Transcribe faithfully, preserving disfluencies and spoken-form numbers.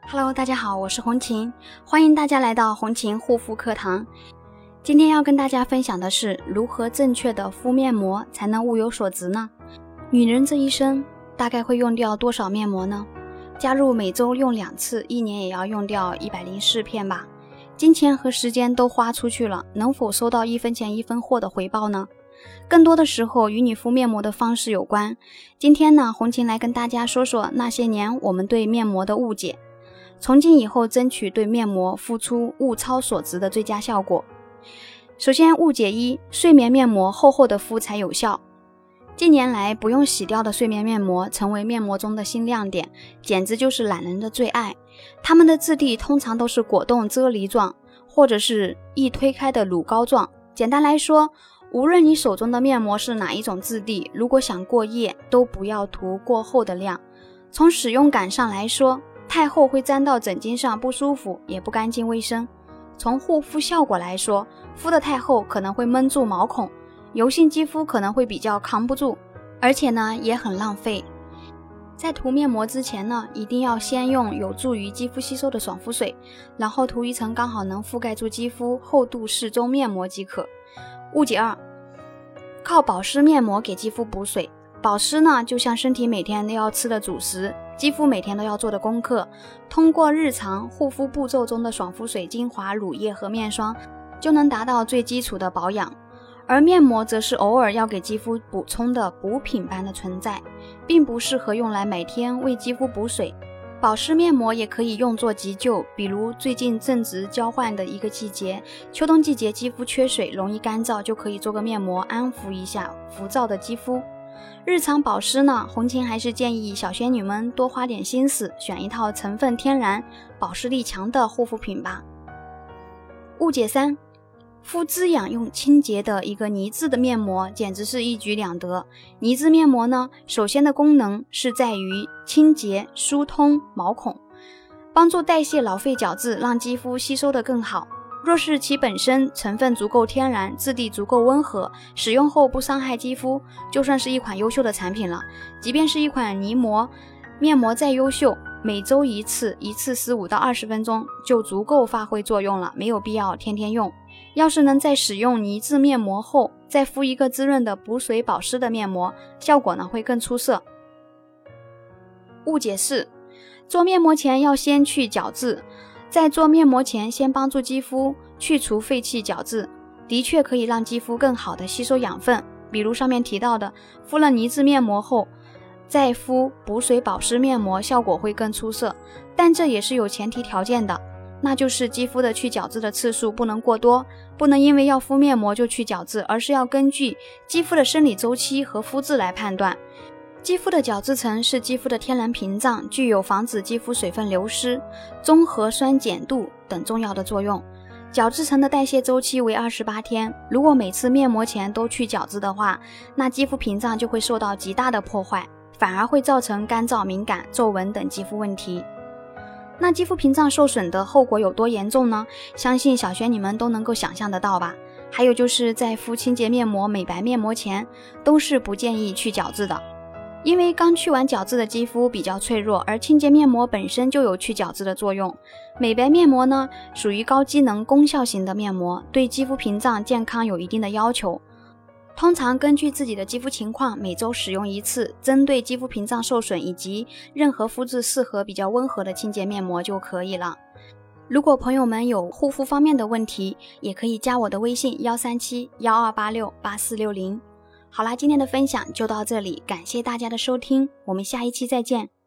Hello， 大家好，我是红琴，欢迎大家来到红琴护肤课堂。今天要跟大家分享的是如何正确的敷面膜才能物有所值呢？女人这一生大概会用掉多少面膜呢？加入每周用两次，一年也要用掉一百零四片吧。金钱和时间都花出去了，能否收到一分钱一分货的回报呢？更多的时候与你敷面膜的方式有关。今天呢，红琴来跟大家说说那些年我们对面膜的误解，从今以后争取对面膜敷出物超所值的最佳效果。首先，误解一，睡眠面膜厚厚的敷才有效。近年来，不用洗掉的睡眠面膜成为面膜中的新亮点，简直就是懒人的最爱。它们的质地通常都是果冻啫喱状，或者是一推开的乳膏状。简单来说，无论你手中的面膜是哪一种质地，如果想过夜，都不要涂过厚的量。从使用感上来说，太厚会粘到枕巾上不舒服，也不干净卫生。从护肤效果来说，敷得太厚可能会闷住毛孔，油性肌肤可能会比较扛不住，而且呢也很浪费。在涂面膜之前呢，一定要先用有助于肌肤吸收的爽肤水，然后涂一层刚好能覆盖住肌肤厚度适中面膜即可。误解二，靠保湿面膜给肌肤补水。保湿呢，就像身体每天都要吃的主食，肌肤每天都要做的功课。通过日常护肤步骤中的爽肤水、精华、乳液和面霜，就能达到最基础的保养。而面膜则是偶尔要给肌肤补充的补品般的存在，并不适合用来每天为肌肤补水。保湿面膜也可以用作急救，比如最近正值交换的一个季节，秋冬季节肌肤缺水，容易干燥，就可以做个面膜安抚一下浮躁的肌肤。日常保湿呢，红琴还是建议小仙女们多花点心思，选一套成分天然、保湿力强的护肤品吧。误解三，敷滋养用清洁的一个泥质的面膜，简直是一举两得。泥质面膜呢，首先的功能是在于清洁、疏通毛孔，帮助代谢老废角质，让肌肤吸收得更好。若是其本身成分足够天然，质地足够温和，使用后不伤害肌肤，就算是一款优秀的产品了。即便是一款泥膜面膜再优秀，每周一次，一次十五到二十分钟就足够发挥作用了，没有必要天天用。要是能在使用泥质面膜后再敷一个滋润的补水保湿的面膜，效果呢会更出色。误解四，做面膜前要先去角质。在做面膜前先帮助肌肤去除废弃角质，的确可以让肌肤更好的吸收养分。比如上面提到的，敷了泥质面膜后再敷补水保湿面膜，效果会更出色。但这也是有前提条件的，那就是肌肤的去角质的次数不能过多，不能因为要敷面膜就去角质，而是要根据肌肤的生理周期和肤质来判断。肌肤的角质层是肌肤的天然屏障，具有防止肌肤水分流失、中和酸碱度等重要的作用。角质层的代谢周期为二十八天，如果每次面膜前都去角质的话，那肌肤屏障就会受到极大的破坏，反而会造成干燥、敏感、皱纹等肌肤问题。那肌肤屏障受损的后果有多严重呢？相信小仙女们都能够想象得到吧。还有就是在敷清洁面膜、美白面膜前，都是不建议去角质的。因为刚去完角质的肌肤比较脆弱，而清洁面膜本身就有去角质的作用。美白面膜呢，属于高机能功效型的面膜，对肌肤屏障健康有一定的要求。通常根据自己的肌肤情况，每周使用一次，针对肌肤屏障受损以及任何肤质适合比较温和的清洁面膜就可以了。如果朋友们有护肤方面的问题，也可以加我的微信一三七一二八六八四六零。好啦，今天的分享就到这里，感谢大家的收听，我们下一期再见。